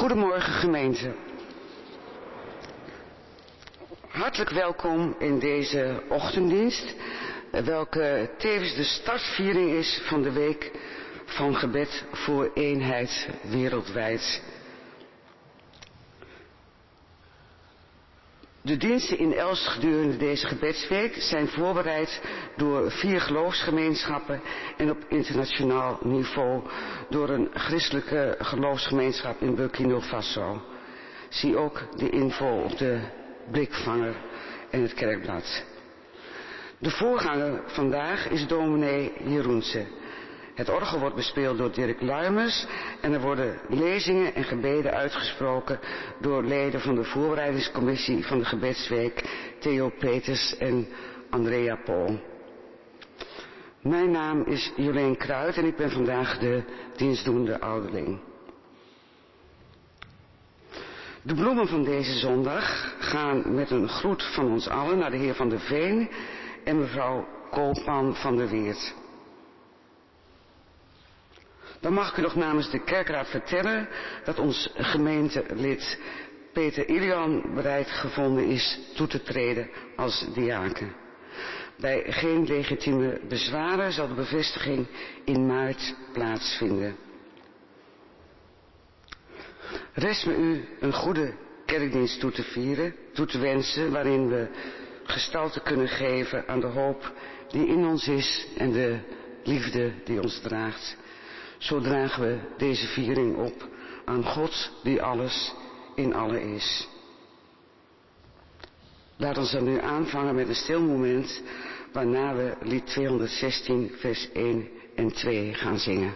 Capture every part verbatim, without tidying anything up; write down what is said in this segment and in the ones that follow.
Goedemorgen gemeente. Hartelijk welkom in deze ochtenddienst, welke tevens de startviering is van de week van gebed voor eenheid wereldwijd. De diensten in Elst gedurende deze gebedsweek zijn voorbereid door vier geloofsgemeenschappen en op internationaal niveau door een christelijke geloofsgemeenschap in Burkina Faso. Zie ook de info op de blikvanger en het kerkblad. De voorganger vandaag is dominee Jeroense. Het orgel wordt bespeeld door Dirk Luimers en er worden lezingen en gebeden uitgesproken door leden van de voorbereidingscommissie van de gebedsweek Theo Peters en Andrea Pool. Mijn naam is Jolien Kruid en ik ben vandaag de dienstdoende ouderling. De bloemen van deze zondag gaan met een groet van ons allen naar de heer Van der Veen en mevrouw Koopman van der Weert. Dan mag ik u nog namens de kerkraad vertellen dat ons gemeentelid Peter Ilian bereid gevonden is toe te treden als diaken. Bij geen legitieme bezwaren zal de bevestiging in maart plaatsvinden. Rest me u een goede kerkdienst toe te vieren, toe te wensen, waarin we gestalte kunnen geven aan de hoop die in ons is en de liefde die ons draagt. Zo dragen we deze viering op aan God die alles in alle is. Laat ons dan nu aanvangen met een stil moment waarna we lied tweehonderdzestien vers één en twee gaan zingen.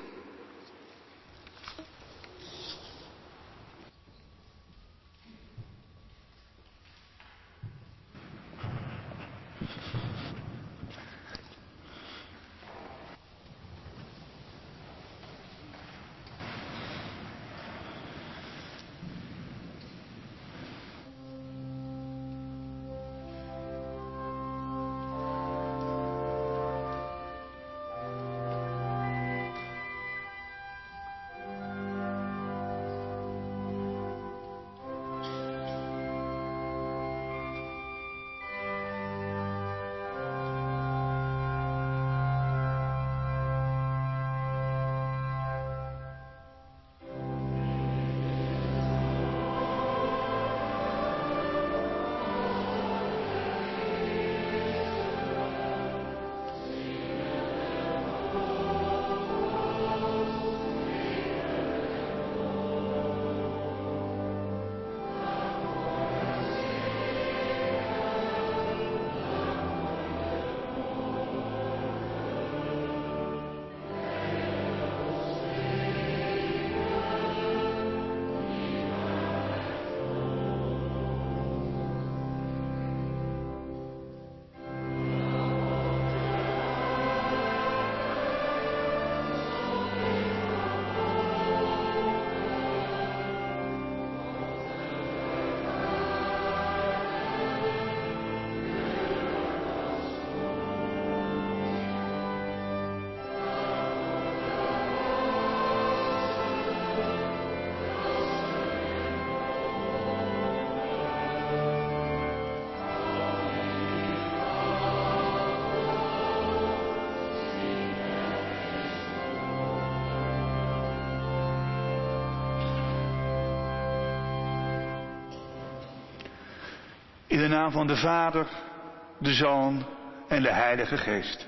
In de naam van de Vader, de Zoon en de Heilige Geest.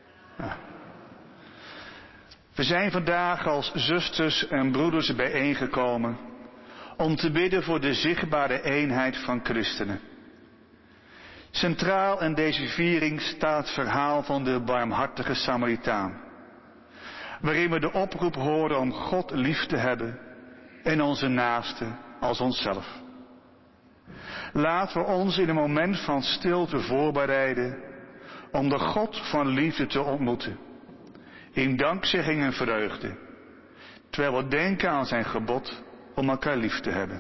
Ja. We zijn vandaag als zusters en broeders bijeengekomen om te bidden voor de zichtbare eenheid van christenen. Centraal in deze viering staat het verhaal van de barmhartige Samaritaan, waarin we de oproep horen om God lief te hebben en onze naaste als onszelf. Laten we ons in een moment van stilte voorbereiden om de God van liefde te ontmoeten, in dankzegging en vreugde, terwijl we denken aan zijn gebod om elkaar lief te hebben.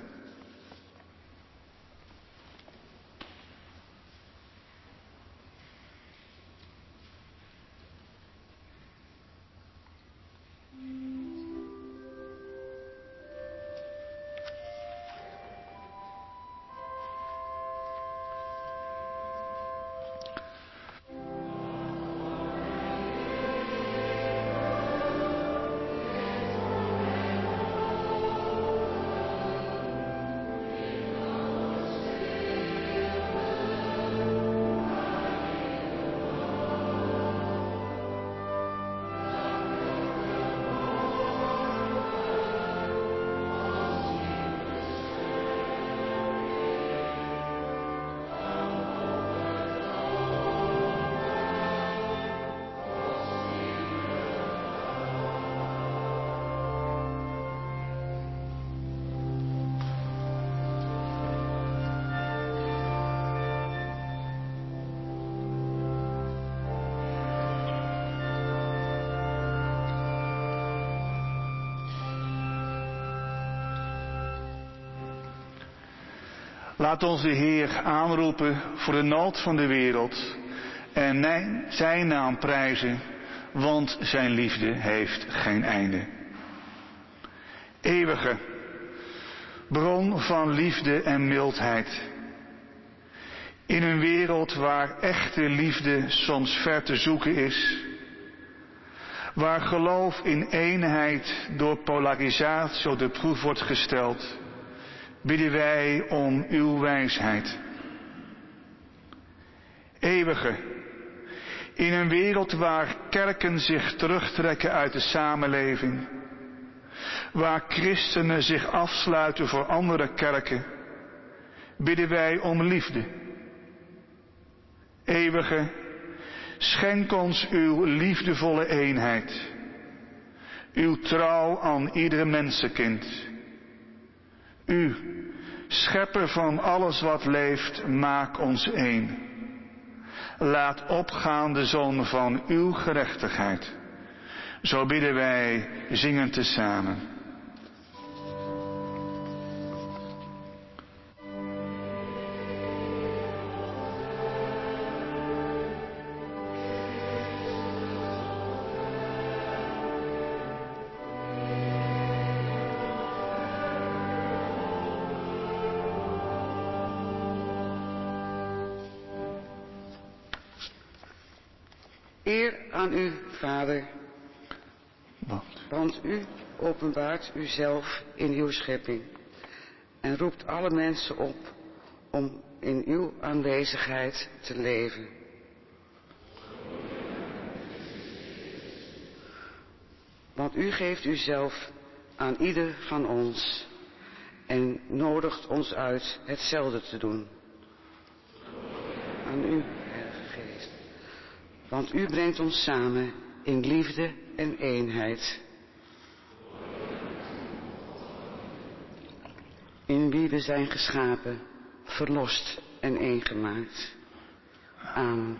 Laat ons de Heer aanroepen voor de nood van de wereld en zijn naam prijzen, want zijn liefde heeft geen einde. Eeuwige bron van liefde en mildheid. In een wereld waar echte liefde soms ver te zoeken is, waar geloof in eenheid door polarisatie op de proef wordt gesteld, bidden wij om uw wijsheid. Eeuwige, in een wereld waar kerken zich terugtrekken uit de samenleving, waar christenen zich afsluiten voor andere kerken, bidden wij om liefde. Eeuwige, schenk ons uw liefdevolle eenheid, uw trouw aan ieder mensenkind. U, schepper van alles wat leeft, maak ons één. Laat opgaan de zon van uw gerechtigheid. Zo bidden wij, zingen tezamen. Eer aan u, Vader, Want, want u openbaart uzelf in uw schepping en roept alle mensen op om in uw aanwezigheid te leven. Want u geeft uzelf aan ieder van ons en nodigt ons uit hetzelfde te doen. Aan u, Heilige Geest. Want u brengt ons samen in liefde en eenheid. In wie we zijn geschapen, verlost en eengemaakt. Amen.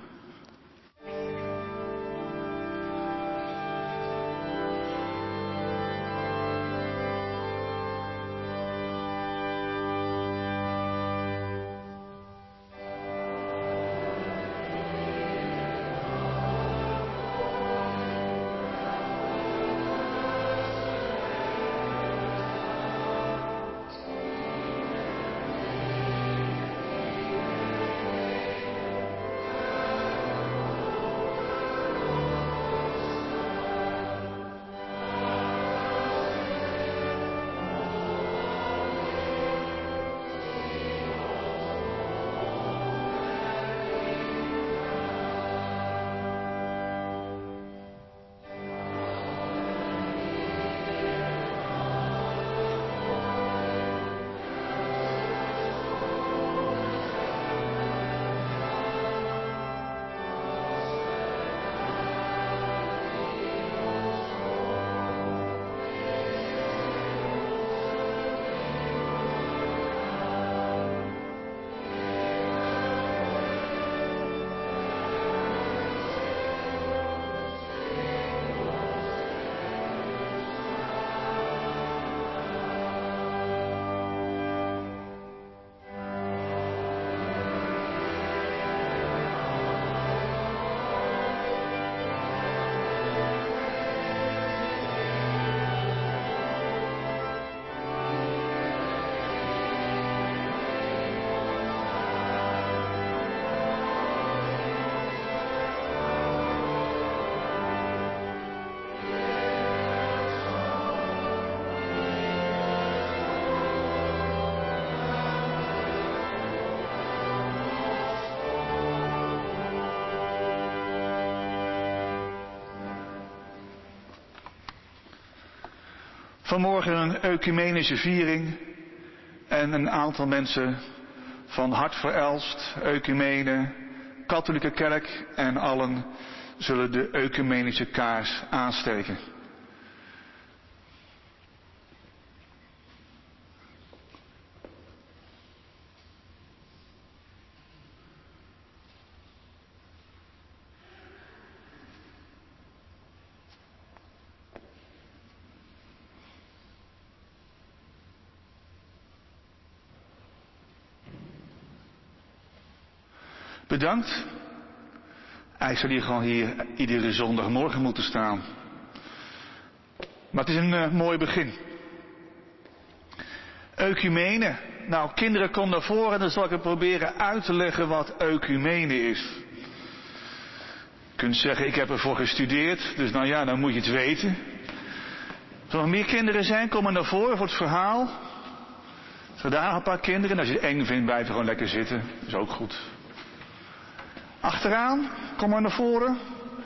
Vanmorgen een ecumenische viering en een aantal mensen van Hart voor Elst, Ecumene, Katholieke Kerk en allen zullen de ecumenische kaars aansteken. Bedankt. Eigenlijk zou die gewoon hier iedere zondagmorgen moeten staan. Maar het is een uh, mooi begin. Ecumene. Nou, kinderen, kom naar voren en dan zal ik het proberen uit te leggen wat ecumene is. Je kunt zeggen, ik heb ervoor gestudeerd, dus nou ja, dan moet je het weten. Als er nog meer kinderen zijn, kom maar naar voren voor het verhaal. Vandaag een paar kinderen. En als je het eng vindt, blijf je gewoon lekker zitten. Dat is ook goed. Achteraan, kom maar naar voren.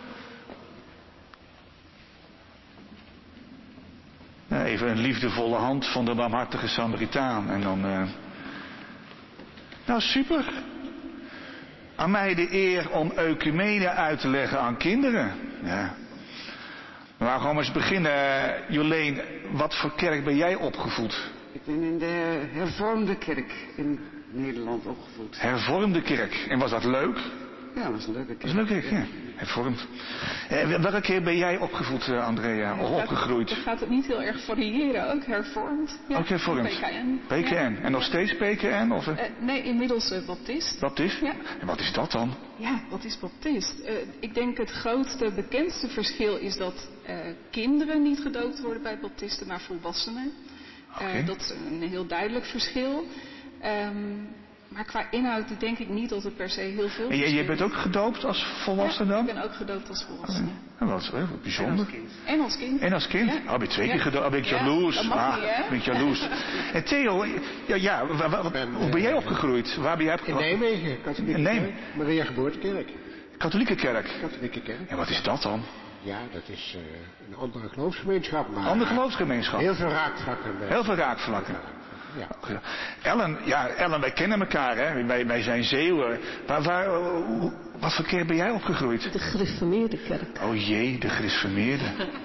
Ja, even een liefdevolle hand van de barmhartige Samaritaan. En dan... Uh... Nou, super. Aan mij de eer om ecumene uit te leggen aan kinderen. Ja. We gaan gewoon eens beginnen. Jolien, wat voor kerk ben jij opgevoed? Ik ben in de hervormde kerk in Nederland opgevoed. Hervormde kerk. En was dat leuk? Ja, dat was een leuke kerk. Dat is een leuke kerk, ja. Hervormd. Eh, welke keer ben jij opgevoed, uh, Andrea? Of gaat, opgegroeid? Dan gaat het niet heel erg variëren. Ook hervormd. Ja, ook hervormd. P K N. P K N. Ja. En nog steeds P K N? Of, uh? Uh, nee, inmiddels uh, baptist. Baptist? Ja. En wat is dat dan? Ja, wat is baptist? Uh, ik denk het grootste, bekendste verschil is dat uh, kinderen niet gedoopt worden bij baptisten, maar volwassenen. Uh, okay. Dat is een heel duidelijk verschil. Um, Maar qua inhoud denk ik niet dat het per se heel veel is. En je bent ook gedoopt als volwassene dan? Ja, ik ben ook gedoopt als volwassene. Ja, dat is wel bijzonder. En als kind. En als kind? Ja. Oh, ben je twee keer ja. gedoopt? Oh, ben ik ja, jaloers. Dat mag ah, niet, hè? ben ik jaloers. En Theo, ja, ja waar, waar, ben, hoe ben jij opgegroeid? Waar ben jij opgegroeid? In Nijmegen, katholieke in Nijmegen. kerk. Maria Geboortekerk. Katholieke kerk? Katholieke kerk. En wat is dat dan? Ja, dat is uh, een andere geloofsgemeenschap. Maar andere geloofsgemeenschap? Heel veel raakvlakken. Heel veel raakvlakken. Ja. Ellen, ja, Ellen, wij kennen elkaar, hè? Wij, wij zijn Zeeuwen. Waar, waar, hoe, wat voor kerk ben jij opgegroeid? De gereformeerde kerk. Oh jee, de gereformeerde.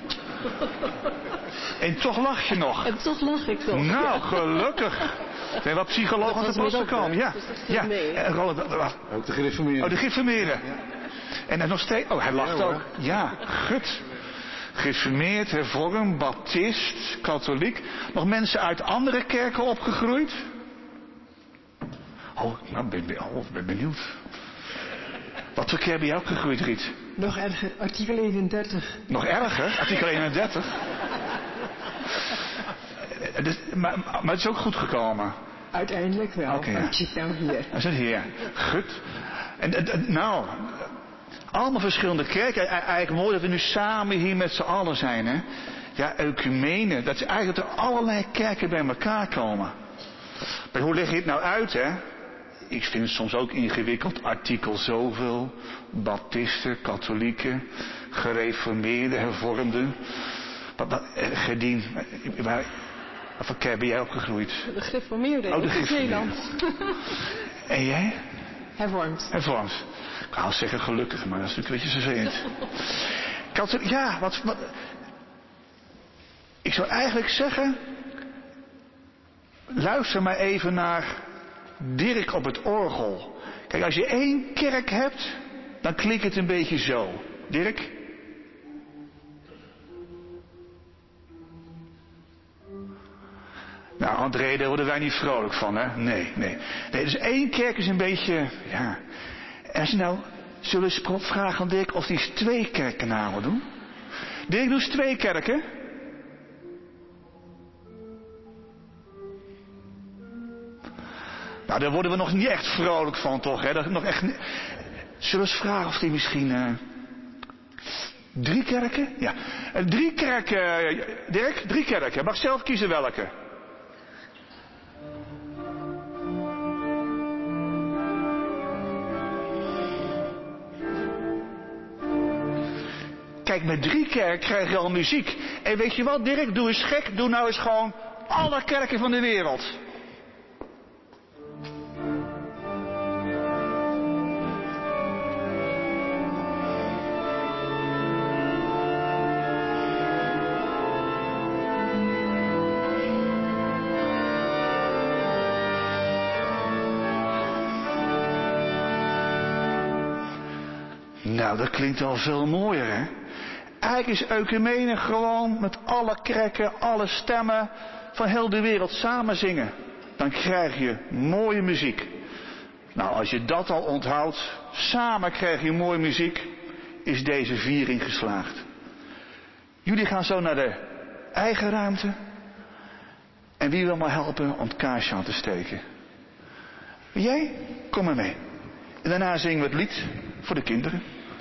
En toch lach je nog. En toch lach ik nog. Nou, gelukkig. Er zijn wat psychologen aan de pas gekomen. Ja, ja. En, ook de gereformeerde. Oh, de gereformeerde. Ja. En dan nog steeds. Oh, hij lacht ja, ook. Ja, gut. Gereformeerd, hervormd, baptist, katholiek. Nog mensen uit andere kerken opgegroeid? Oh, nou ben ik oh, ben benieuwd. Wat voor kerk ben jij opgegroeid, Riet? Nog erger, artikel eenendertig. Nog erger? Artikel eenendertig? dus, maar, maar het is ook goed gekomen? Uiteindelijk wel. Oké, okay, ja. Zit nou hier. Hij zit hier. Gut. En, en nou... Allemaal verschillende kerken. Eigenlijk mooi dat we nu samen hier met z'n allen zijn. Hè? Ja, ecumene. Dat is eigenlijk dat er allerlei kerken bij elkaar komen. Maar hoe leg je het nou uit, hè? Ik vind het soms ook ingewikkeld. Artikel zoveel. Baptisten, katholieken, gereformeerden, hervormden. Wat, wat, gedien. Waar, wat voor kerk ben jij opgegroeid? De gereformeerde. Oh, de gereformeerde. En jij? Hervormd. Hervormd. Ik wou zeggen gelukkig, maar dat is natuurlijk een beetje vervelend. Katholiek, ja, wat, wat... Ik zou eigenlijk zeggen... Luister maar even naar Dirk op het orgel. Kijk, als je één kerk hebt, dan klinkt het een beetje zo. Dirk? Nou, André, daar worden wij niet vrolijk van, hè? Nee, nee. Nee, dus één kerk is een beetje, ja... En als je nou, zullen we eens vragen aan Dirk of hij eens twee kerken na wil doen? Dirk, doe eens twee kerken. Nou, daar worden we nog niet echt vrolijk van, toch? Hè? Dat nog echt... Zullen we eens vragen of hij misschien... Uh... Drie kerken? Ja. Uh, drie kerken, uh, Dirk, drie kerken. Mag zelf kiezen welke. Kijk, met drie kerken krijg je al muziek. En weet je wat, Dirk? Doe eens gek. Doe nou eens gewoon alle kerken van de wereld. Nou, dat klinkt al veel mooier, hè? Eigenlijk is ecumene gewoon met alle kerken, alle stemmen van heel de wereld samen zingen. Dan krijg je mooie muziek. Nou, als je dat al onthoudt, samen krijg je mooie muziek, is deze viering geslaagd. Jullie gaan zo naar de eigen ruimte. En wie wil me helpen om het kaarsje aan te steken? Jij? Kom maar mee. En daarna zingen we het lied voor de kinderen.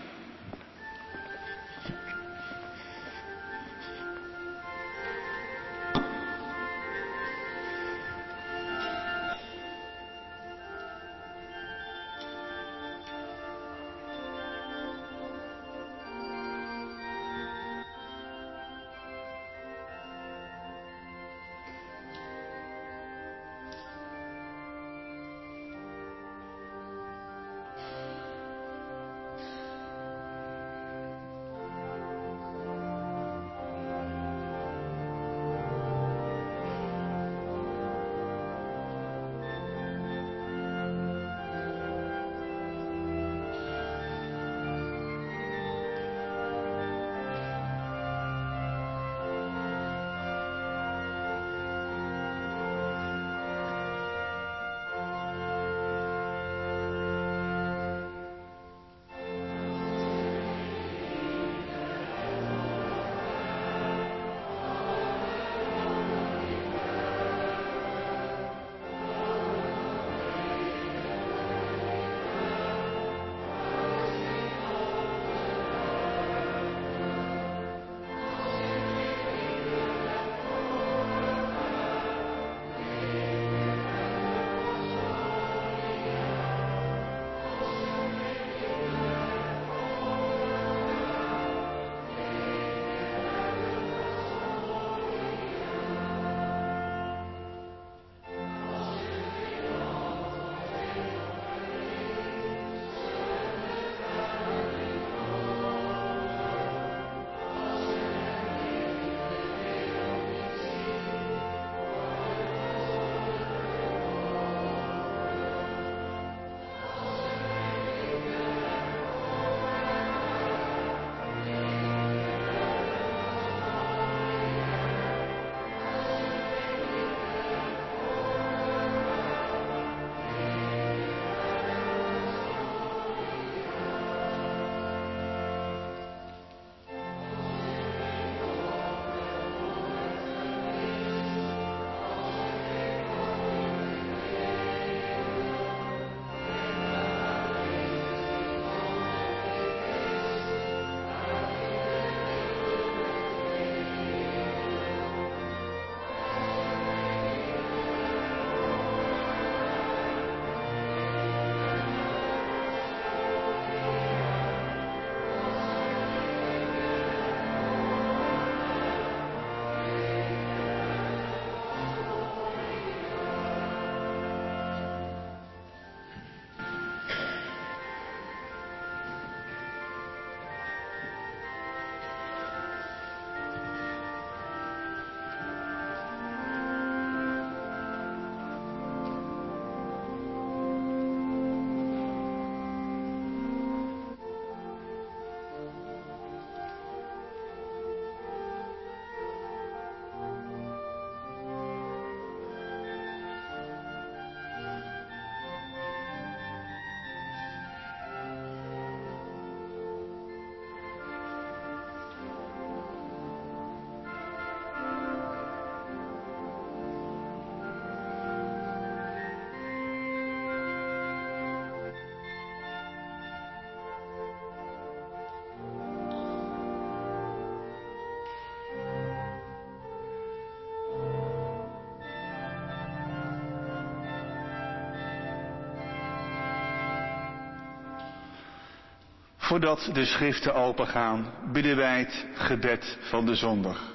Voordat de schriften opengaan, bidden wij het gebed van de zondag.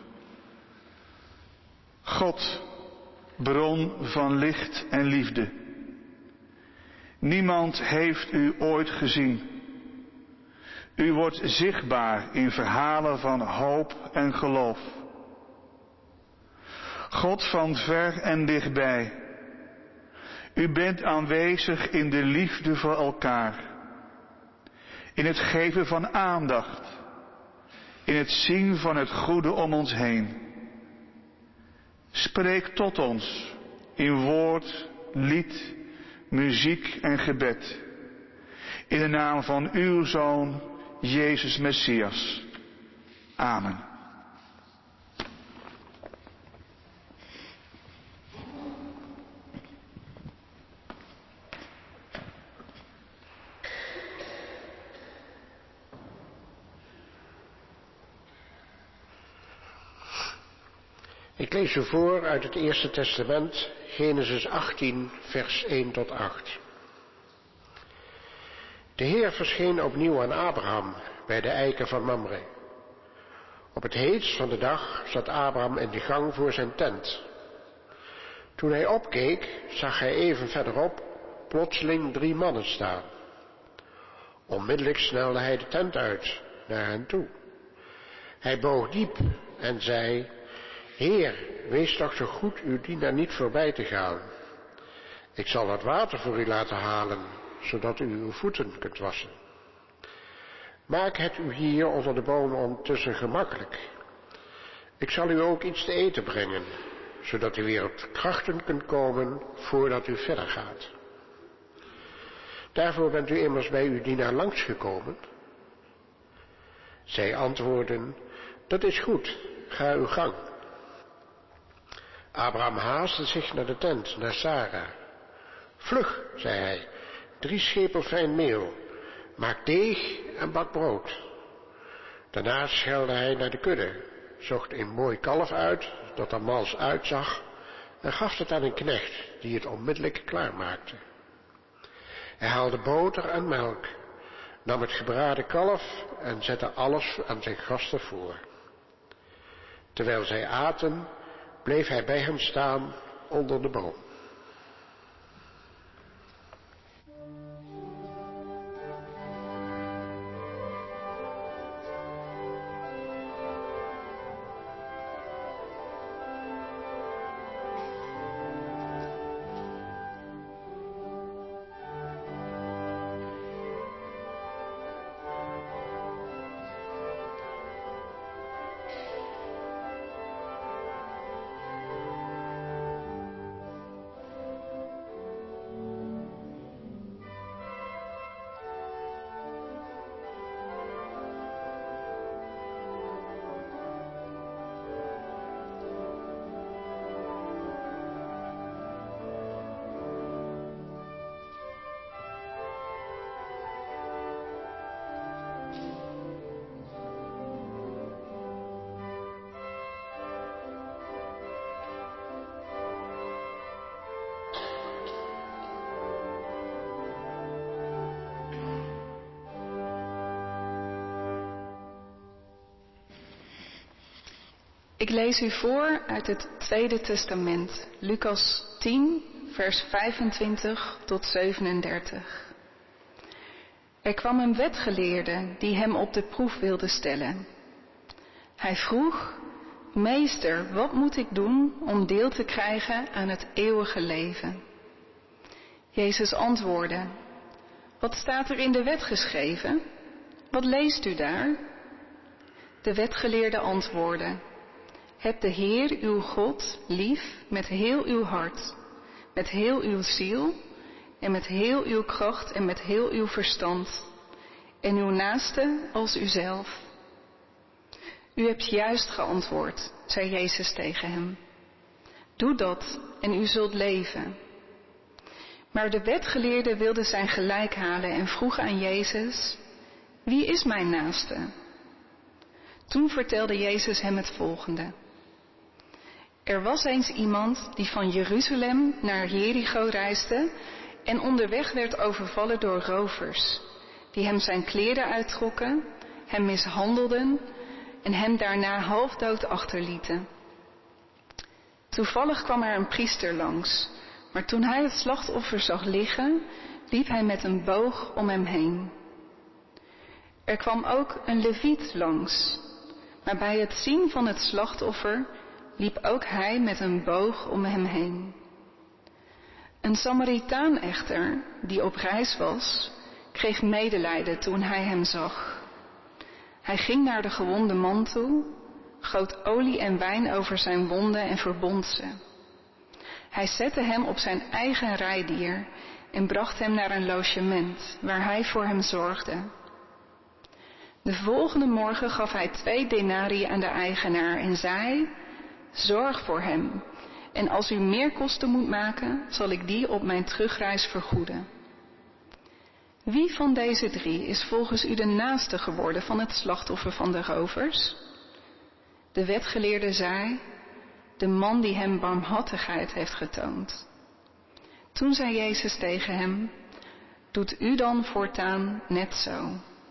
God, bron van licht en liefde. Niemand heeft u ooit gezien. U wordt zichtbaar in verhalen van hoop en geloof. God van ver en dichtbij. U bent aanwezig in de liefde voor elkaar. In het geven van aandacht. In het zien van het goede om ons heen. Spreek tot ons in woord, lied, muziek en gebed. In de naam van uw Zoon, Jezus Messias. Amen. Ik lees u voor uit het Eerste Testament, Genesis achttien, vers één tot acht. De Heer verscheen opnieuw aan Abraham bij de eiken van Mamre. Op het heetst van de dag zat Abraham in de gang voor zijn tent. Toen hij opkeek, zag hij even verderop plotseling drie mannen staan. Onmiddellijk snelde hij de tent uit naar hen toe. Hij boog diep en zei: Heer, wees toch zo goed uw dienaar niet voorbij te gaan. Ik zal wat water voor u laten halen, zodat u uw voeten kunt wassen. Maak het u hier onder de boom ondertussen gemakkelijk. Ik zal u ook iets te eten brengen, zodat u weer op krachten kunt komen voordat u verder gaat. Daarvoor bent u immers bij uw dienaar langsgekomen. Zij antwoordden: Dat is goed, ga uw gang. Abraham haastte zich naar de tent, naar Sara. Vlug, zei hij, drie schepel fijn meel, maak deeg en bak brood. Daarna schelde hij naar de kudde, zocht een mooi kalf uit, dat er mals uitzag, en gaf het aan een knecht, die het onmiddellijk klaarmaakte. Hij haalde boter en melk, nam het gebraden kalf en zette alles aan zijn gasten voor. Terwijl zij aten, bleef hij bij hen staan onder de boom. Ik lees u voor uit het Tweede Testament, Lucas tien, vers vijfentwintig tot zevenendertig. Er kwam een wetgeleerde die hem op de proef wilde stellen. Hij vroeg: Meester, wat moet ik doen om deel te krijgen aan het eeuwige leven? Jezus antwoordde: Wat staat er in de wet geschreven? Wat leest u daar? De wetgeleerde antwoordde: Heb de Heer uw God lief met heel uw hart, met heel uw ziel en met heel uw kracht en met heel uw verstand, en uw naaste als uzelf. U hebt juist geantwoord, zei Jezus tegen hem. Doe dat en u zult leven. Maar de wetgeleerde wilde zijn gelijk halen en vroeg aan Jezus: Wie is mijn naaste? Toen vertelde Jezus hem het volgende. Er was eens iemand die van Jeruzalem naar Jericho reisde en onderweg werd overvallen door rovers, die hem zijn kleren uittrokken, hem mishandelden en hem daarna halfdood achterlieten. Toevallig kwam er een priester langs, maar toen hij het slachtoffer zag liggen, liep hij met een boog om hem heen. Er kwam ook een leviet langs, maar bij het zien van het slachtoffer liep ook hij met een boog om hem heen. Een Samaritaan echter, die op reis was, kreeg medelijden toen hij hem zag. Hij ging naar de gewonde man toe, goot olie en wijn over zijn wonden en verbond ze. Hij zette hem op zijn eigen rijdier en bracht hem naar een logement waar hij voor hem zorgde. De volgende morgen gaf hij twee denarii aan de eigenaar en zei: zorg voor hem, en als u meer kosten moet maken, zal ik die op mijn terugreis vergoeden. Wie van deze drie is volgens u de naaste geworden van het slachtoffer van de rovers? De wetgeleerde zei: de man die hem barmhartigheid heeft getoond. Toen zei Jezus tegen hem: doet u dan voortaan net zo.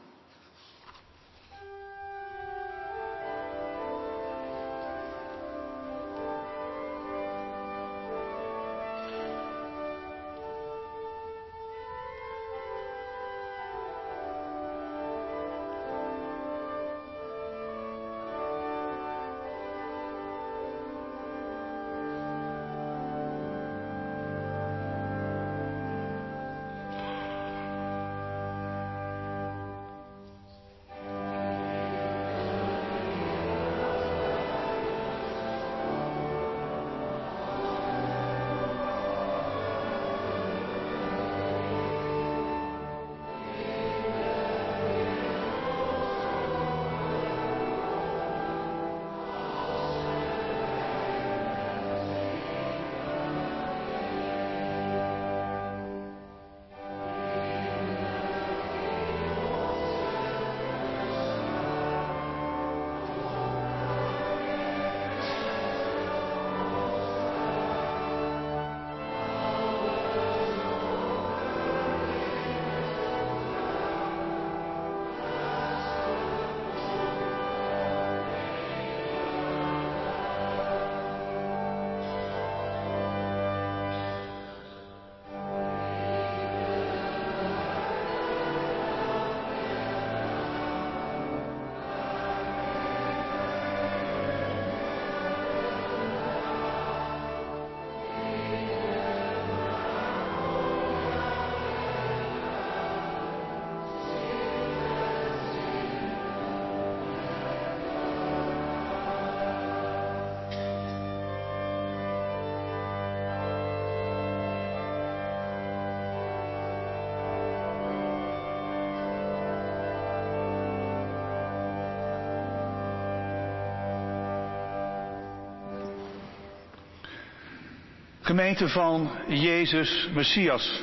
Gemeente van Jezus Messias.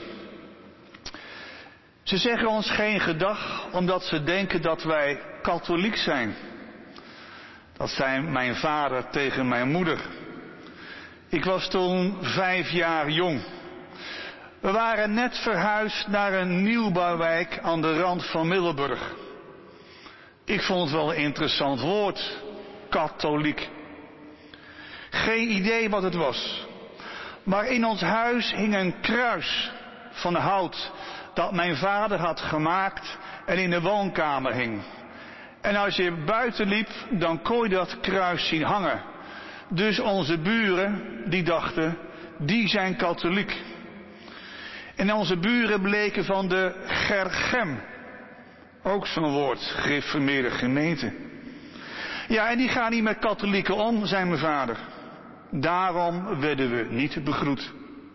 Ze zeggen ons geen gedag omdat ze denken dat wij katholiek zijn. Dat zei mijn vader tegen mijn moeder. Ik was toen vijf jaar jong. We waren net verhuisd naar een nieuwbouwwijk aan de rand van Middelburg. Ik vond het wel een interessant woord, katholiek. Geen idee wat het was. Maar in ons huis hing een kruis van hout dat mijn vader had gemaakt en in de woonkamer hing. En als je buiten liep, dan kon je dat kruis zien hangen. Dus onze buren, die dachten, die zijn katholiek. En onze buren bleken van de Gergem. Ook zo'n woord, gereformeerde gemeente. Ja, en die gaan niet met katholieken om, zei mijn vader. Daarom werden we niet begroet.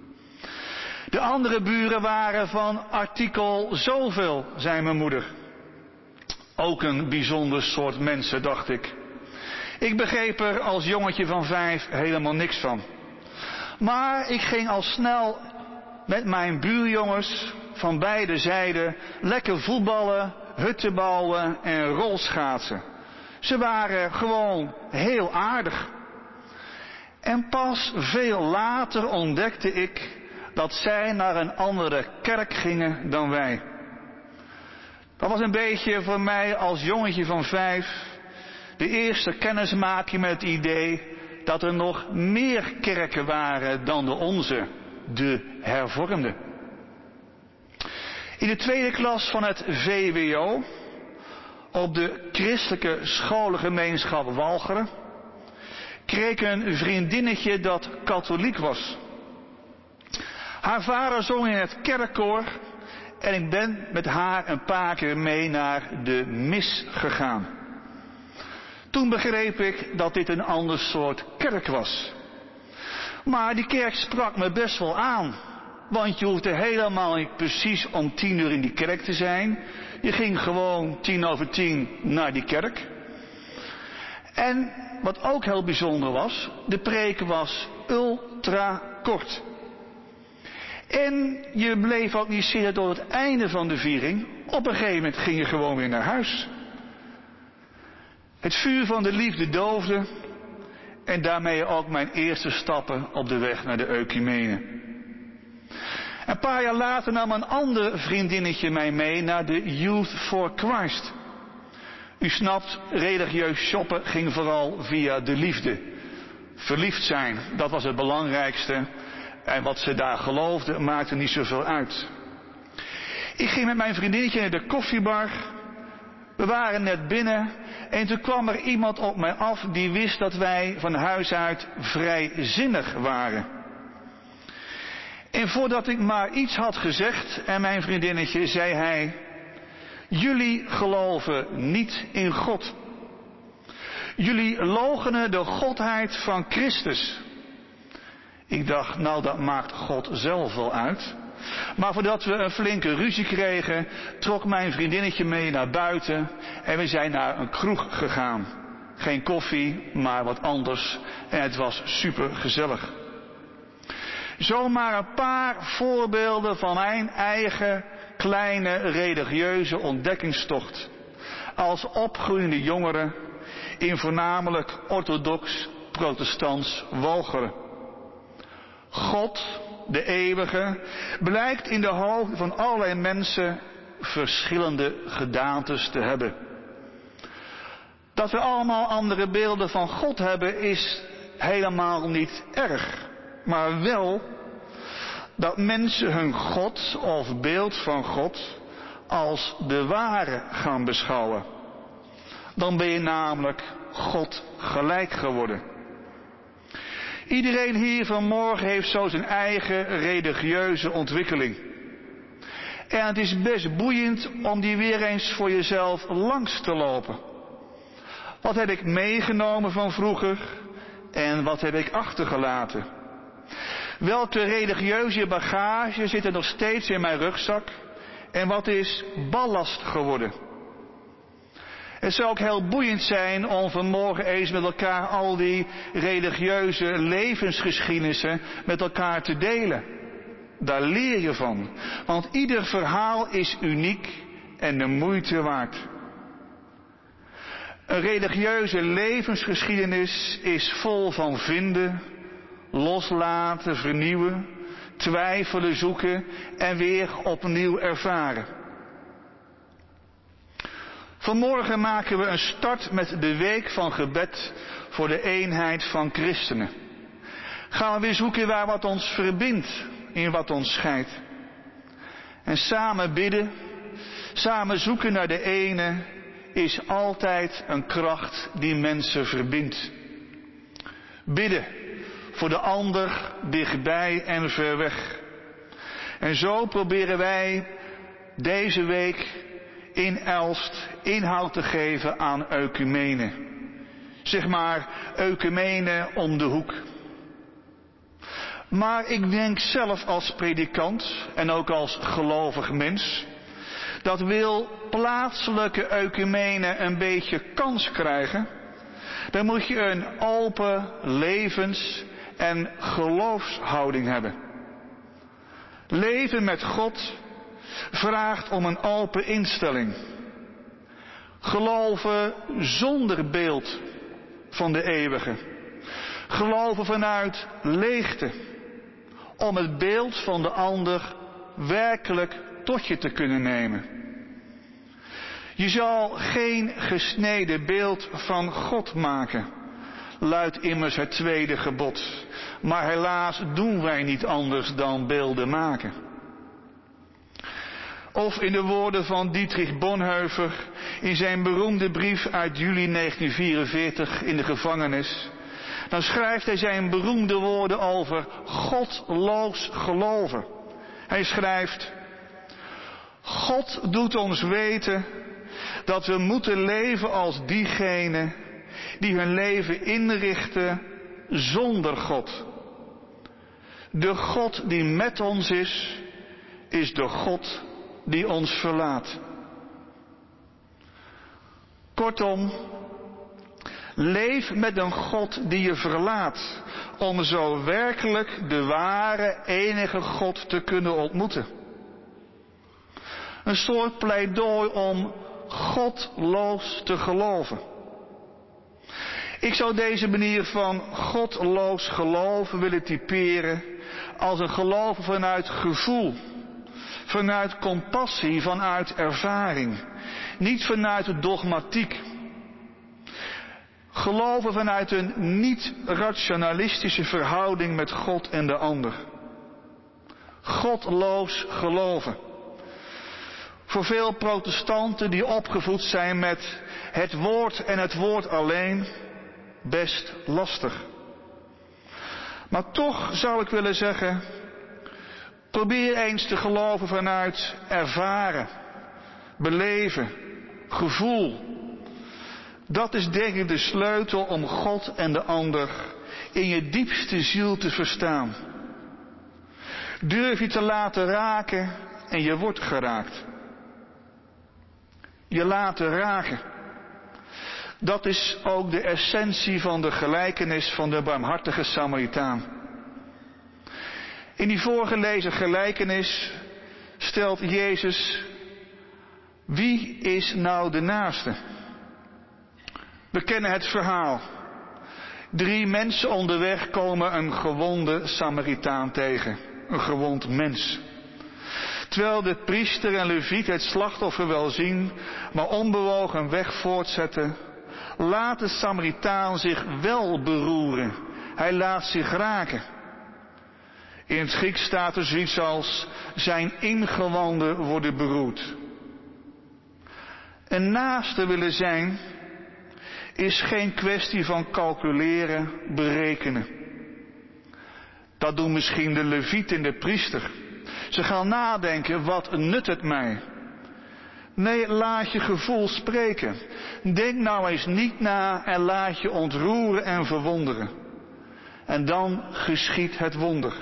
De andere buren waren van artikel zoveel, zei mijn moeder. Ook een bijzonder soort mensen, dacht ik. Ik begreep er als jongetje van vijf helemaal niks van. Maar ik ging al snel met mijn buurjongens van beide zijden lekker voetballen, hutten bouwen en rolschaatsen. Ze waren gewoon heel aardig. En pas veel later ontdekte ik dat zij naar een andere kerk gingen dan wij. Dat was een beetje voor mij als jongetje van vijf de eerste kennismaking met het idee dat er nog meer kerken waren dan de onze, de hervormde. In de tweede klas van het V W O, op de christelijke scholengemeenschap Walcheren, kreeg ik een vriendinnetje dat katholiek was. Haar vader zong in het kerkkoor en ik ben met haar een paar keer mee naar de mis gegaan. Toen begreep ik dat dit een ander soort kerk was. Maar die kerk sprak me best wel aan. Want je hoefde helemaal niet precies om tien uur in die kerk te zijn. Je ging gewoon tien over tien naar die kerk. En wat ook heel bijzonder was, de preek was ultra kort. En je bleef ook niet zitten tot het einde van de viering. Op een gegeven moment ging je gewoon weer naar huis. Het vuur van de liefde doofde. En daarmee ook mijn eerste stappen op de weg naar de Ecumene. Een paar jaar later nam een ander vriendinnetje mij mee naar de Youth for Christ. U snapt, religieus shoppen ging vooral via de liefde. Verliefd zijn, dat was het belangrijkste. En wat ze daar geloofde, maakte niet zoveel uit. Ik ging met mijn vriendinnetje naar de koffiebar. We waren net binnen. En toen kwam er iemand op mij af die wist dat wij van huis uit vrijzinnig waren. En voordat ik maar iets had gezegd en mijn vriendinnetje, zei hij: jullie geloven niet in God. Jullie loochenen de godheid van Christus. Ik dacht, nou dat maakt God zelf wel uit. Maar voordat we een flinke ruzie kregen, trok mijn vriendinnetje mee naar buiten en we zijn naar een kroeg gegaan. Geen koffie, maar wat anders en het was super gezellig. Zomaar een paar voorbeelden van mijn eigen kleine religieuze ontdekkingstocht. Als opgroeiende jongere in voornamelijk orthodox protestants Walcheren. God, de eeuwige, blijkt in de hoofden van allerlei mensen verschillende gedaantes te hebben. Dat we allemaal andere beelden van God hebben is helemaal niet erg. Maar wel dat mensen hun God of beeld van God als de ware gaan beschouwen. Dan ben je namelijk God gelijk geworden. Iedereen hier vanmorgen heeft zo zijn eigen religieuze ontwikkeling. En het is best boeiend om die weer eens voor jezelf langs te lopen. Wat heb ik meegenomen van vroeger en wat heb ik achtergelaten? Welke religieuze bagage zit er nog steeds in mijn rugzak en wat is ballast geworden? Het zou ook heel boeiend zijn om vanmorgen eens met elkaar al die religieuze levensgeschiedenissen met elkaar te delen. Daar leer je van. Want ieder verhaal is uniek en de moeite waard. Een religieuze levensgeschiedenis is vol van vinden, loslaten, vernieuwen, twijfelen, zoeken en weer opnieuw ervaren. Vanmorgen maken we een start met de week van gebed voor de eenheid van christenen. Gaan we weer zoeken waar wat ons verbindt, in wat ons scheidt. En samen bidden, samen zoeken naar de ene, is altijd een kracht die mensen verbindt. Bidden voor de ander dichtbij en ver weg. En zo proberen wij deze week in Elst inhoud te geven aan Ecumene. Zeg maar Ecumene om de hoek. Maar ik denk zelf als predikant en ook als gelovig mens, dat wil plaatselijke Ecumene een beetje kans krijgen, dan moet je een open levens- en geloofshouding hebben. Leven met God vraagt om een open instelling. Geloven zonder beeld van de eeuwige. Geloven vanuit leegte. Om het beeld van de ander werkelijk tot je te kunnen nemen. Je zal geen gesneden beeld van God maken, luidt immers het tweede gebod. Maar helaas doen wij niet anders dan beelden maken. Of in de woorden van Dietrich Bonhoeffer in zijn beroemde brief uit juli negentien vierenveertig in de gevangenis. Dan schrijft hij zijn beroemde woorden over godloos geloven. Hij schrijft: God doet ons weten dat we moeten leven als diegenen die hun leven inrichten zonder God. De God die met ons is, is de God die ons verlaat. Kortom, leef met een God die je verlaat, om zo werkelijk de ware, enige God te kunnen ontmoeten. Een soort pleidooi om godloos te geloven. Ik zou deze manier van godloos geloven willen typeren als een geloven vanuit gevoel, vanuit compassie, vanuit ervaring, niet vanuit dogmatiek. Geloven vanuit een niet-rationalistische verhouding met God en de ander. Godloos geloven. Voor veel protestanten die opgevoed zijn met het woord en het woord alleen, best lastig. Maar toch zou ik willen zeggen, probeer eens te geloven vanuit ervaren, beleven, gevoel. Dat is denk ik de sleutel om God en de ander in je diepste ziel te verstaan. Durf je te laten raken en je wordt geraakt. Je laten raken. Dat is ook de essentie van de gelijkenis van de barmhartige Samaritaan. In die voorgelezen gelijkenis stelt Jezus, wie is nou de naaste? We kennen het verhaal. Drie mensen onderweg komen een gewonde Samaritaan tegen. Een gewond mens. Terwijl de priester en leviet het slachtoffer wel zien, maar onbewogen weg voortzetten, laat de Samaritaan zich wel beroeren. Hij laat zich raken. In het Grieks staat er zoiets als, zijn ingewanden worden beroerd. Een naaste willen zijn is geen kwestie van calculeren, berekenen. Dat doen misschien de leviet en de priester. Ze gaan nadenken, wat nut het mij? Nee, laat je gevoel spreken. Denk nou eens niet na en laat je ontroeren en verwonderen. En dan geschiedt het wonder.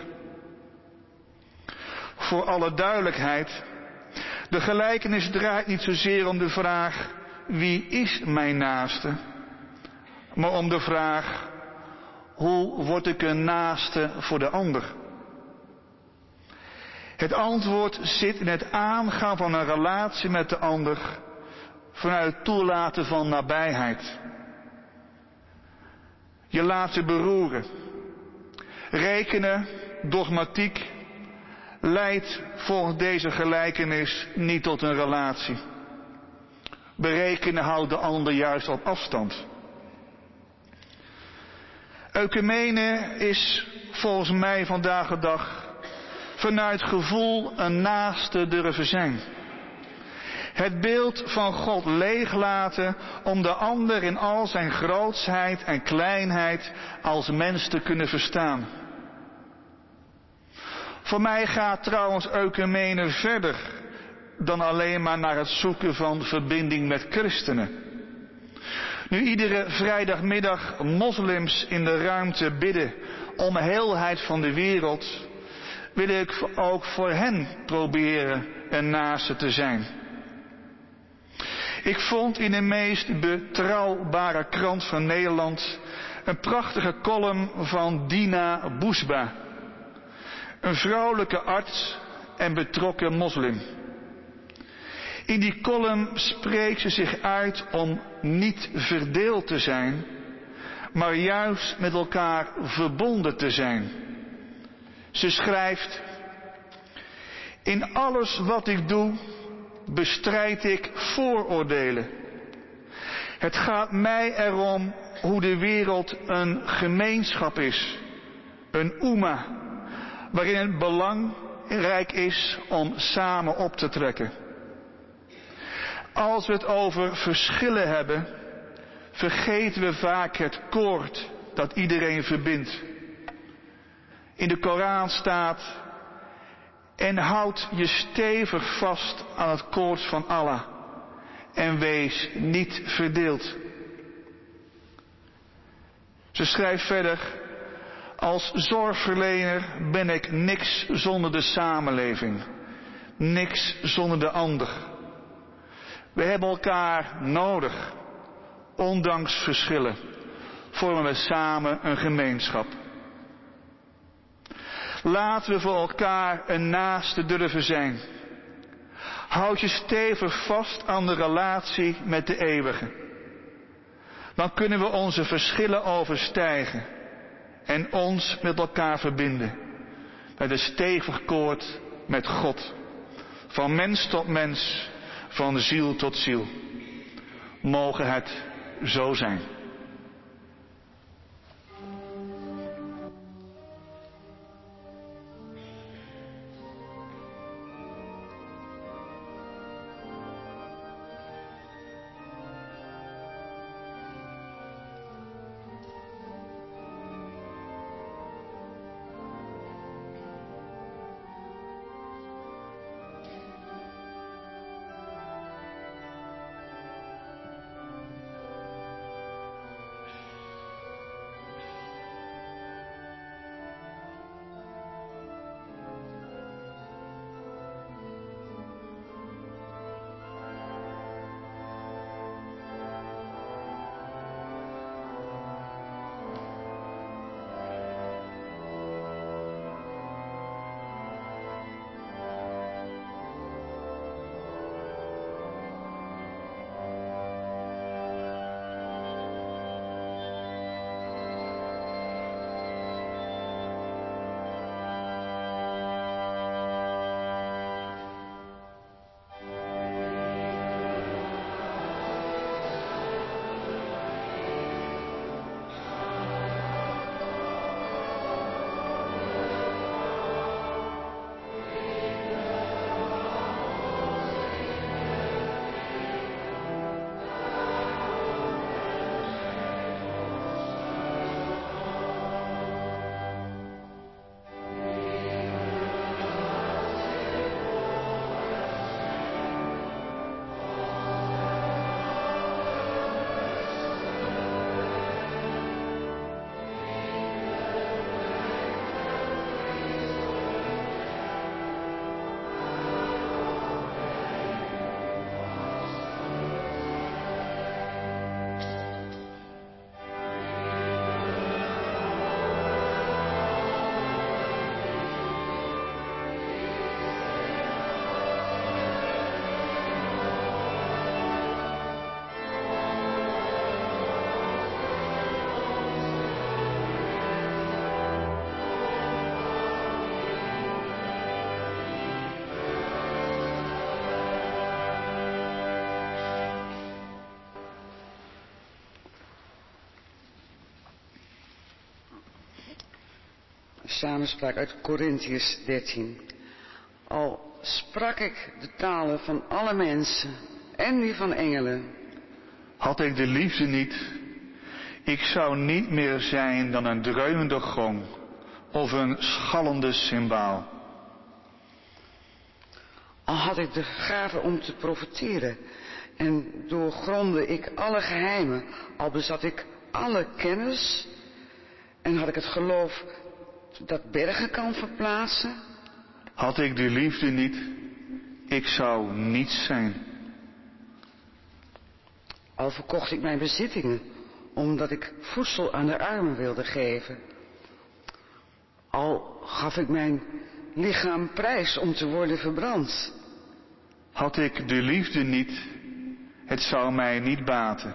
Voor alle duidelijkheid, de gelijkenis draait niet zozeer om de vraag, wie is mijn naaste? Maar om de vraag, hoe word ik een naaste voor de ander? Het antwoord zit in het aangaan van een relatie met de ander vanuit het toelaten van nabijheid. Je laten beroeren. Rekenen, dogmatiek, leidt volgens deze gelijkenis niet tot een relatie. Berekenen houdt de ander juist op afstand. Ecumene is volgens mij vandaag de dag vanuit gevoel een naaste durven zijn. Het beeld van God leeglaten om de ander in al zijn grootsheid en kleinheid als mens te kunnen verstaan. Voor mij gaat trouwens ecumene verder dan alleen maar naar het zoeken van verbinding met christenen. Nu iedere vrijdagmiddag moslims in de ruimte bidden om heelheid van de wereld, wil ik ook voor hen proberen een naaste te zijn. Ik vond in de meest betrouwbare krant van Nederland een prachtige column van Dina Boesba, een vrouwelijke arts en betrokken moslim. In die column spreekt ze zich uit om niet verdeeld te zijn, maar juist met elkaar verbonden te zijn. Ze schrijft, in alles wat ik doe, bestrijd ik vooroordelen. Het gaat mij erom hoe de wereld een gemeenschap is, een umma, waarin het belangrijk is om samen op te trekken. Als we het over verschillen hebben, vergeten we vaak het koord dat iedereen verbindt. In de Koran staat, en houd je stevig vast aan het koord van Allah en wees niet verdeeld. Ze schrijft verder, Als zorgverlener ben ik niks zonder de samenleving. Niks zonder de ander. We hebben elkaar nodig. Ondanks verschillen vormen we samen een gemeenschap. Laten we voor elkaar een naaste durven zijn. Houd je stevig vast aan de relatie met de eeuwige. Dan kunnen we onze verschillen overstijgen en ons met elkaar verbinden. Met een stevig koord met God. Van mens tot mens, van ziel tot ziel. Mogen het zo zijn. Samenspraak uit Korintiërs dertien. Al sprak ik de talen van alle mensen en die van engelen. Had ik de liefde niet, ik zou niet meer zijn dan een dreunende gong of een schallende cymbaal. Al had ik de gave om te profeteren en doorgronde ik alle geheimen, al bezat ik alle kennis en had ik het geloof dat bergen kan verplaatsen. Had ik de liefde niet, ik zou niets zijn. Al verkocht ik mijn bezittingen, omdat ik voedsel aan de armen wilde geven. Al gaf ik mijn lichaam prijs om te worden verbrand. Had ik de liefde niet, het zou mij niet baten.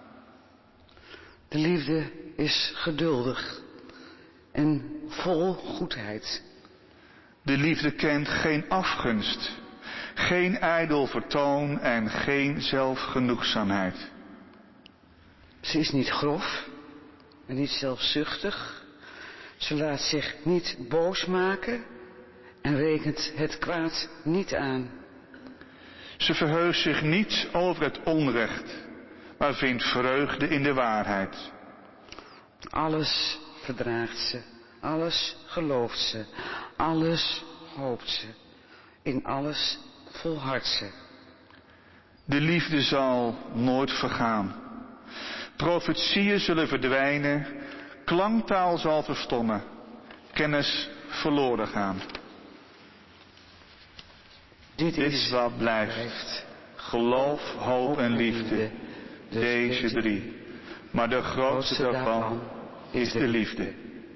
De liefde is geduldig en vol goedheid. De liefde kent geen afgunst, geen ijdel vertoon en geen zelfgenoegzaamheid. Ze is niet grof en niet zelfzuchtig. Ze laat zich niet boos maken en rekent het kwaad niet aan. Ze verheugt zich niet over het onrecht, maar vindt vreugde in de waarheid. Alles verdraagt ze, alles gelooft ze, alles hoopt ze, in alles volhardt ze. De liefde zal nooit vergaan. Profetieën zullen verdwijnen, klanktaal zal verstommen, kennis verloren gaan. Dit, Dit is wat blijft. Geloof, hoop en liefde. Deze drie. Maar de grootste daarvan is de liefde.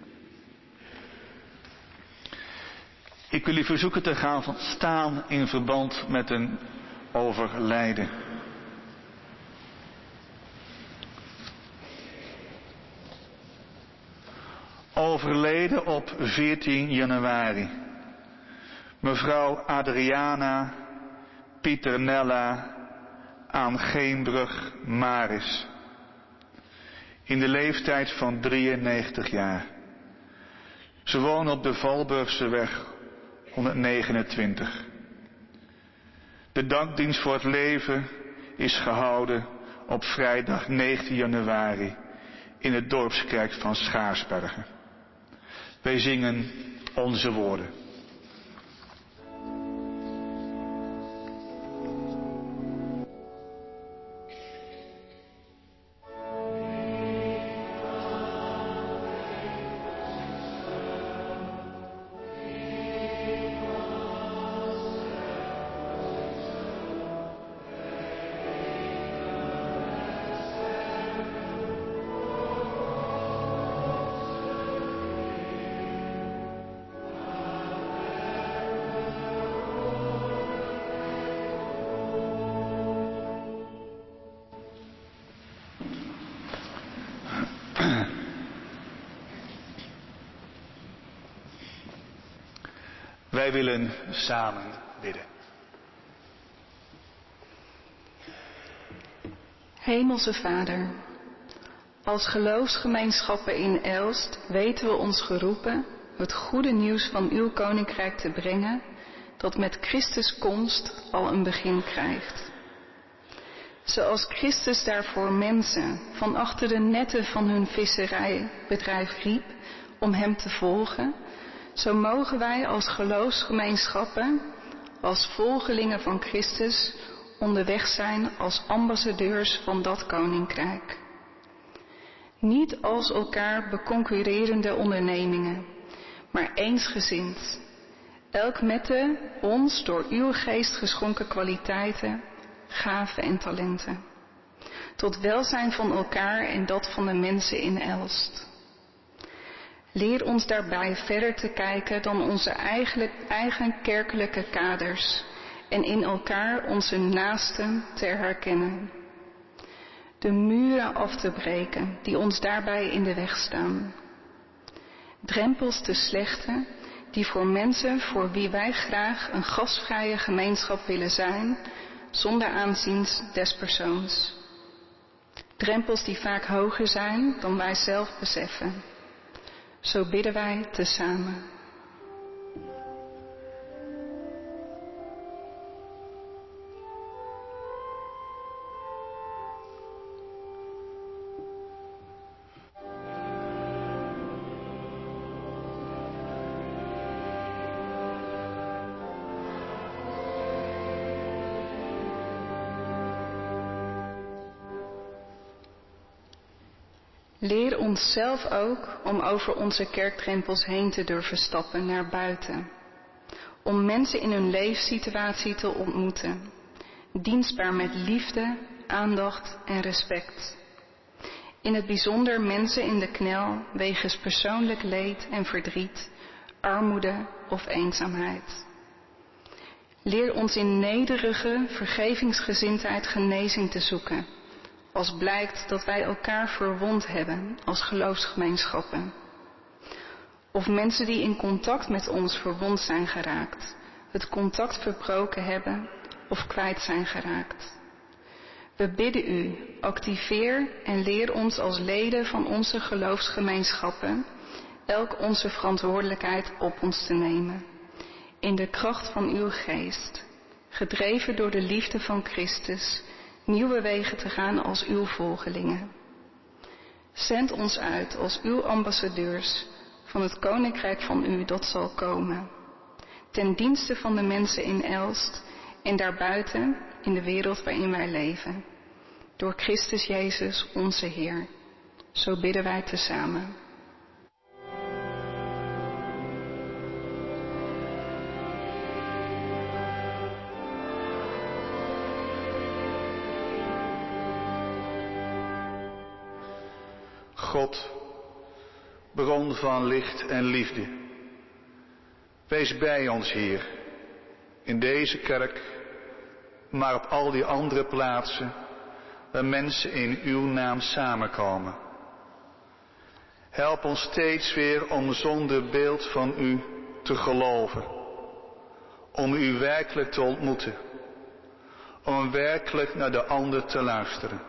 Ik wil u verzoeken te gaan staan in verband met een overlijden. Overleden op veertien januari. Mevrouw Adriana Pieternella aan Geenbrug Maris. In de leeftijd van drieënnegentig jaar. Ze wonen op de Valburgseweg honderdnegenentwintig. De dankdienst voor het leven is gehouden op vrijdag negentien januari in het dorpskerk van Schaarsbergen. Wij zingen onze woorden. Wij willen samen bidden. Hemelse Vader, als geloofsgemeenschappen in Elst weten we ons geroepen het goede nieuws van uw koninkrijk te brengen, dat met Christus komst al een begin krijgt. Zoals Christus daarvoor mensen van achter de netten van hun visserijbedrijf riep om hem te volgen, zo mogen wij als geloofsgemeenschappen, als volgelingen van Christus, onderweg zijn als ambassadeurs van dat koninkrijk. Niet als elkaar beconcurrerende ondernemingen, maar eensgezind. Elk met de ons door uw geest geschonken kwaliteiten, gaven en talenten. Tot welzijn van elkaar en dat van de mensen in Elst. Leer ons daarbij verder te kijken dan onze eigen, eigen kerkelijke kaders en in elkaar onze naasten te herkennen. De muren af te breken die ons daarbij in de weg staan. Drempels te slechten die voor mensen voor wie wij graag een gastvrije gemeenschap willen zijn, zonder aanzien des persoons. Drempels die vaak hoger zijn dan wij zelf beseffen. Zo bidden wij tezamen. Leer ons zelf ook om over onze kerkdrempels heen te durven stappen naar buiten. Om mensen in hun leefsituatie te ontmoeten. Dienstbaar met liefde, aandacht en respect. In het bijzonder mensen in de knel wegens persoonlijk leed en verdriet, armoede of eenzaamheid. Leer ons in nederige vergevingsgezindheid genezing te zoeken. Als blijkt dat wij elkaar verwond hebben als geloofsgemeenschappen. Of mensen die in contact met ons verwond zijn geraakt, het contact verbroken hebben of kwijt zijn geraakt. We bidden u, activeer en leer ons als leden van onze geloofsgemeenschappen elk onze verantwoordelijkheid op ons te nemen. In de kracht van uw geest, gedreven door de liefde van Christus, nieuwe wegen te gaan als uw volgelingen. Zend ons uit als uw ambassadeurs van het koninkrijk van u dat zal komen. Ten dienste van de mensen in Elst en daarbuiten in de wereld waarin wij leven. Door Christus Jezus onze Heer. Zo bidden wij tezamen. God, bron van licht en liefde, wees bij ons hier, in deze kerk, maar op al die andere plaatsen waar mensen in uw naam samenkomen. Help ons steeds weer om zonder beeld van u te geloven, om u werkelijk te ontmoeten, om werkelijk naar de ander te luisteren.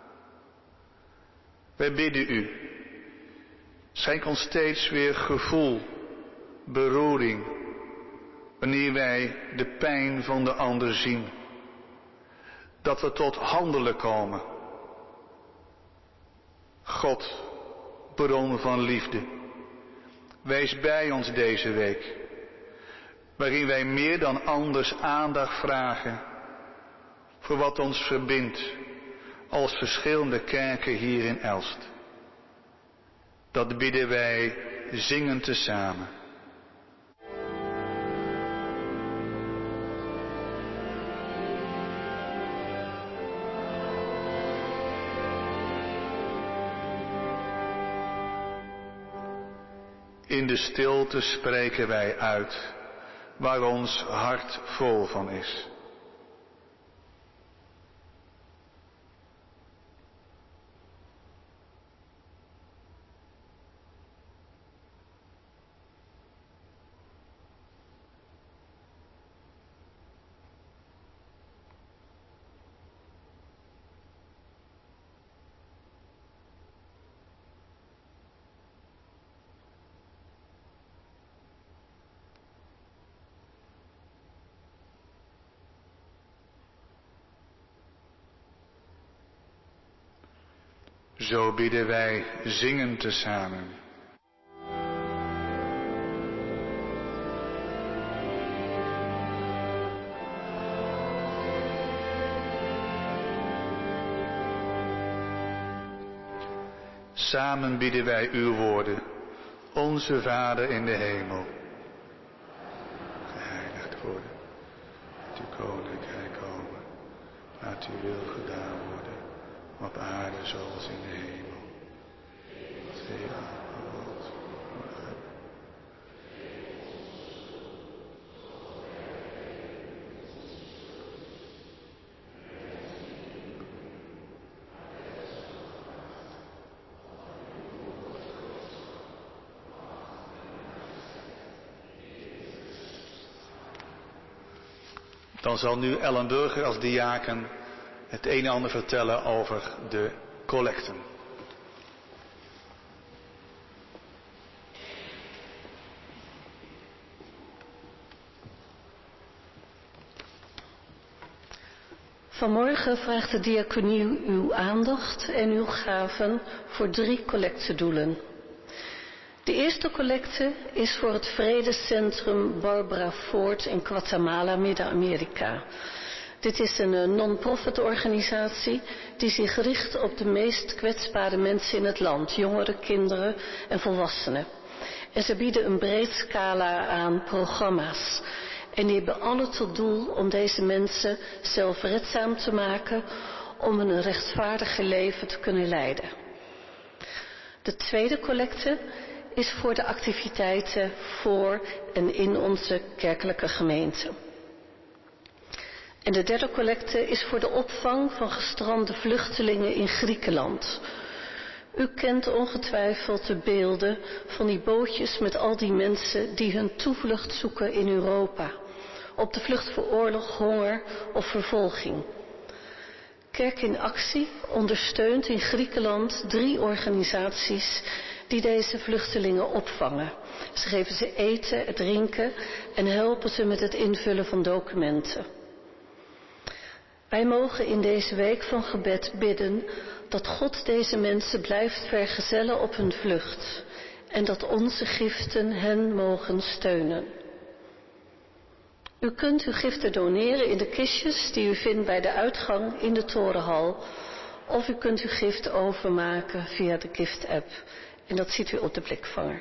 Wij bidden u, schenk ons steeds weer gevoel, beroering, wanneer wij de pijn van de ander zien, dat we tot handelen komen. God, bron van liefde, wees bij ons deze week, waarin wij meer dan anders aandacht vragen voor wat ons verbindt als verschillende kerken hier in Elst. Dat bidden wij zingend tezamen. In de stilte spreken wij uit waar ons hart vol van is. Zo bidden wij zingend tezamen. Samen bidden wij uw woorden, onze Vader in de hemel. Geheiligd worden, laat uw koninkrijk komen, laat uw wil gedaan worden. Op aarde zoals in de hemel. Geef ons brood morgen. Dan zal nu Ellen Burger als diaken het een en ander vertellen over de collecten. Vanmorgen vraagt de diaconie uw aandacht en uw gaven voor drie collectedoelen. De eerste collecte is voor het Vredescentrum Barbara Ford in Guatemala, Midden-Amerika. Dit is een non-profit organisatie die zich richt op de meest kwetsbare mensen in het land, jongeren, kinderen en volwassenen. En ze bieden een breed scala aan programma's. En die hebben alle tot doel om deze mensen zelfredzaam te maken om een rechtvaardige leven te kunnen leiden. De tweede collecte is voor de activiteiten voor en in onze kerkelijke gemeente. En de derde collecte is voor de opvang van gestrande vluchtelingen in Griekenland. U kent ongetwijfeld de beelden van die bootjes met al die mensen die hun toevlucht zoeken in Europa. Op de vlucht voor oorlog, honger of vervolging. Kerk in Actie ondersteunt in Griekenland drie organisaties die deze vluchtelingen opvangen. Ze geven ze eten, drinken en helpen ze met het invullen van documenten. Wij mogen in deze week van gebed bidden dat God deze mensen blijft vergezellen op hun vlucht en dat onze giften hen mogen steunen. U kunt uw giften doneren in de kistjes die u vindt bij de uitgang in de torenhal, of u kunt uw gift overmaken via de gift-app en dat ziet u op de blikvanger.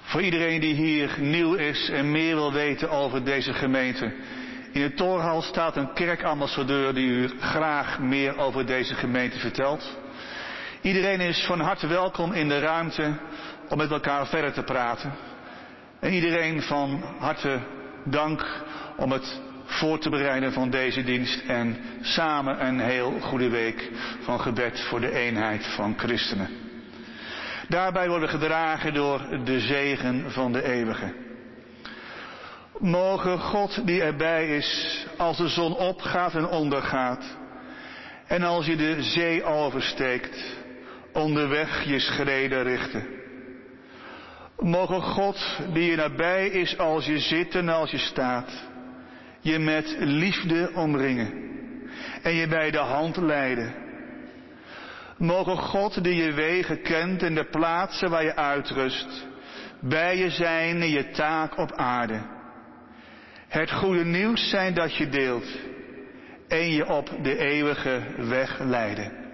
Voor iedereen die hier nieuw is en meer wil weten over deze gemeente. In de Toorhal staat een kerkambassadeur die u graag meer over deze gemeente vertelt. Iedereen is van harte welkom in de ruimte om met elkaar verder te praten. En iedereen van harte dank om het voor te bereiden van deze dienst. En samen een heel goede week van gebed voor de eenheid van christenen. Daarbij worden gedragen door de zegen van de eeuwige. Mogen God die erbij is als de zon opgaat en ondergaat. En als je de zee oversteekt, onderweg je schreden richten. Mogen God die je nabij is als je zit en als je staat, je met liefde omringen en je bij de hand leiden. Mogen God die je wegen kent en de plaatsen waar je uitrust, bij je zijn in je taak op aarde. Het goede nieuws zijn dat je deelt en je op de eeuwige weg leiden.